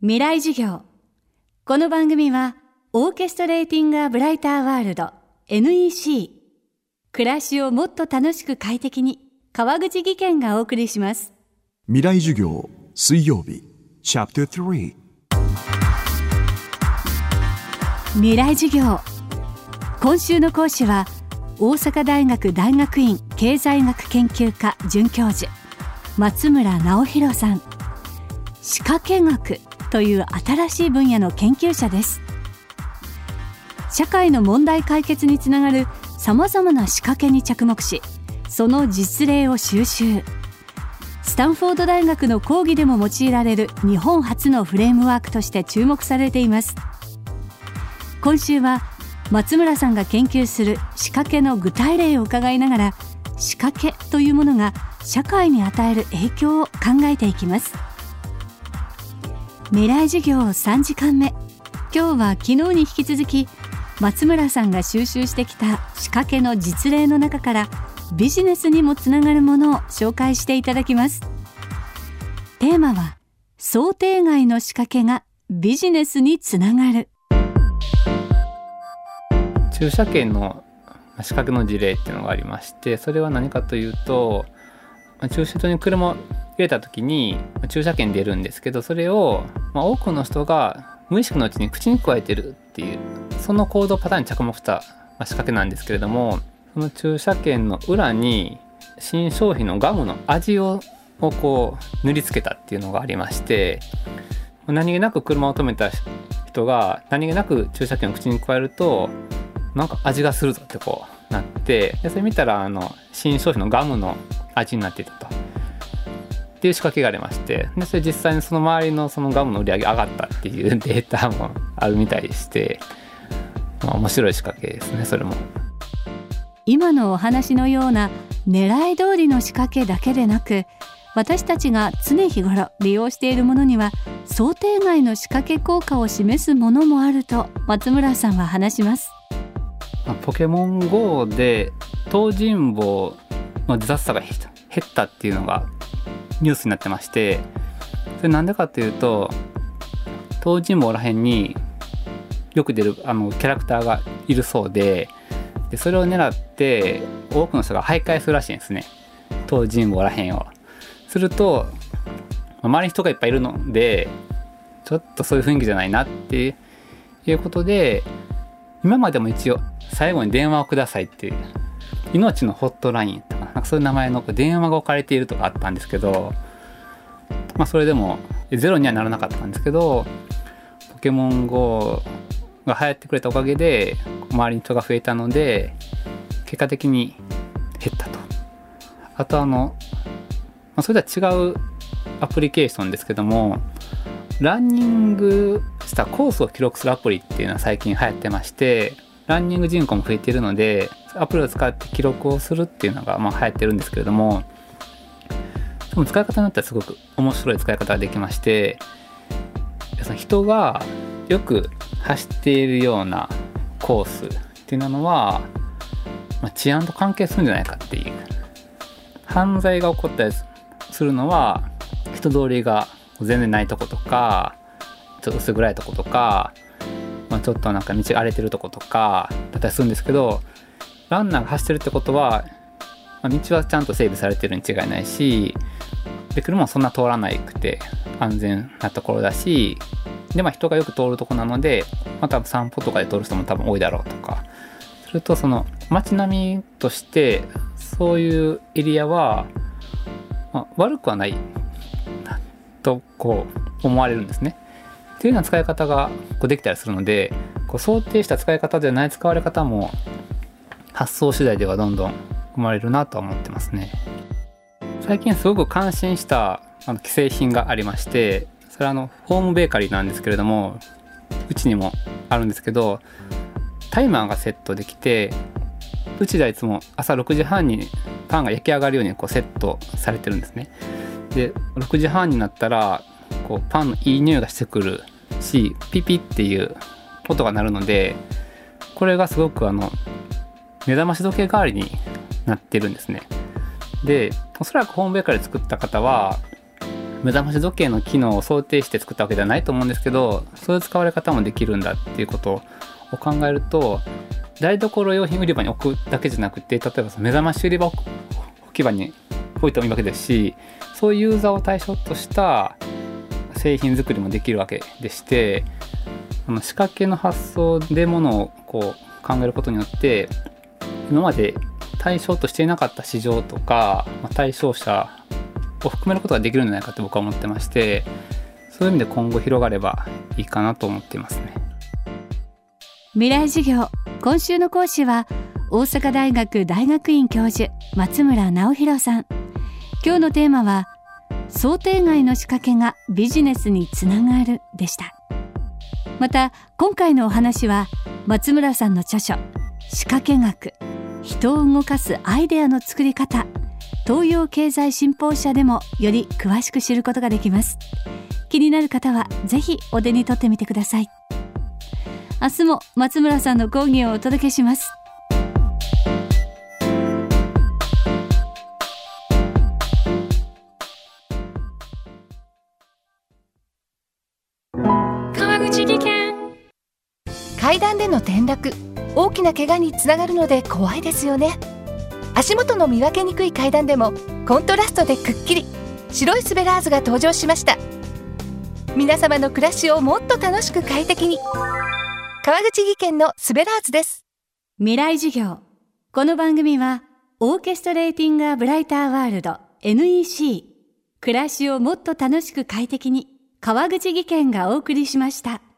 未来授業。この番組はオーケストレーティング・ア・ブライター・ワールド NEC 暮らしをもっと楽しく快適に川口義賢がお送りします。 未来授業水曜日チャプター3 未来授業。今週の講師は大阪大学大学院経済学研究科准教授松村直弘さん。仕掛け学という新しい分野の研究者です。社会の問題解決につながるさまざまな仕掛けに着目し、その実例を収集。スタンフォード大学の講義でも用いられる日本初のフレームワークとして注目されています。今週は松村さんが研究する仕掛けの具体例を伺いながら、仕掛けというものが社会に与える影響を考えていきます。未来授業3時間目。今日は昨日に引き続き松村さんが収集してきた仕掛けの実例の中からビジネスにもつながるものを紹介していただきます。テーマは想定外の仕掛けがビジネスにつながる。 駐車券の仕掛けの事例っていうのがありまして、それは何かというと、駐車場に車を入れた時に駐車券出るんですけど、それを多くの人が無意識のうちに口に加えてるっていう、その行動パターンに着目した仕掛けなんですけれども、その駐車券の裏に新商品のガムの味をこう塗りつけたっていうのがありまして、何気なく車を止めた人が何気なく駐車券を口に加えると、なんか味がするぞってこうなって、でそれ見たら新商品のガムの味になっていたとっていう仕掛けがありまして、でそれ実際にその周りのそのガムの売り上げ上がったっていうデータもあるみたいでして、面白い仕掛けですね。それも今のお話のような狙い通りの仕掛けだけでなく、私たちが常日頃利用しているものには想定外の仕掛け効果を示すものもあると松村さんは話します。 ポケモン GO で東尋坊の自殺者が減ったっていうのがニュースになってまして、それなんでかっていうと、東尋坊らへんによく出るキャラクターがいるそうで、それを狙って多くの人が徘徊するらしいんですね、東尋坊らへんを。すると周りに人がいっぱいいるので、ちょっとそういう雰囲気じゃないなっていうことで、今までも一応最後に電話をくださいっていう命のホットラインとか、なんかそういう名前の電話が置かれているとかあったんですけど、それでもゼロにはならなかったんですけど、ポケモン GO が流行ってくれたおかげで周りに人が増えたので、結果的に減ったと。あとそれとは違うアプリケーションですけども、ランニングしたコースを記録するアプリっていうのは最近流行ってまして、ランニング人口も増えているので、アプリを使って記録をするっていうのが流行ってるんですけれども、でも使い方によってはすごく面白い使い方ができまして、人がよく走っているようなコースっていうのは、治安と関係するんじゃないかっていう、犯罪が起こったりするのは人通りが全然ないとことか、ちょっと薄暗いとことか、ちょっとなんか道が荒れてるとことかだったりするんですけど、ランナーが走ってるってことは、道はちゃんと整備されてるに違いないし、で車もそんな通らなくて安全なところだし、で人がよく通るとこなので、多分散歩とかで通る人も多分多いだろうとかすると、その街並みとしてそういうエリアは、悪くはないとこう思われるんですね。っていうような使い方ができたりするので、想定した使い方ではない使われ方も発想次第ではどんどん生まれるなと思ってますね。最近すごく感心した既製品がありまして、それはホームベーカリーなんですけれども、うちにもあるんですけど、タイマーがセットできて、うちではいつも朝6時半にパンが焼き上がるようにセットされてるんですね。で6時半になったらパンのいい匂いがしてくるし、ピピっていう音が鳴るので、これがすごく目覚まし時計代わりになってるんですね。でおそらくホームベーカリー作った方は目覚まし時計の機能を想定して作ったわけではないと思うんですけど、そういう使われ方もできるんだっていうことを考えると、台所用品売り場に置くだけじゃなくて、例えば目覚まし売り場置き場に置いてもいいわけですし、そういうユーザーを対象とした製品作りもできるわけでして、仕掛けの発想でものをこう考えることによって、今まで対象としていなかった市場とか、対象者を含めることができるんじゃないかって僕は思ってまして、そういう意味で今後広がればいいかなと思っていますね。 未来授業、今週の講師は大阪大学大学院教授松村直弘さん。今日のテーマは想定外の仕掛けがビジネスにつながるでした。また今回のお話は松村さんの著書仕掛け学、人を動かすアイデアの作り方、東洋経済新報社でもより詳しく知ることができます。気になる方はぜひお手に取ってみてください。明日も松村さんの講義をお届けします。 川口技研。階段での転落、大きな怪我につながるので怖いですよね。足元の見分けにくい階段でもコントラストでくっきり白いスベラーズが登場しました。皆様の暮らしをもっと楽しく快適に、川口技研のスベラーズです。 未来授業、この番組はオーケストレーティングアブライターワールド NEC、 暮らしをもっと楽しく快適に、川口技研がお送りしました。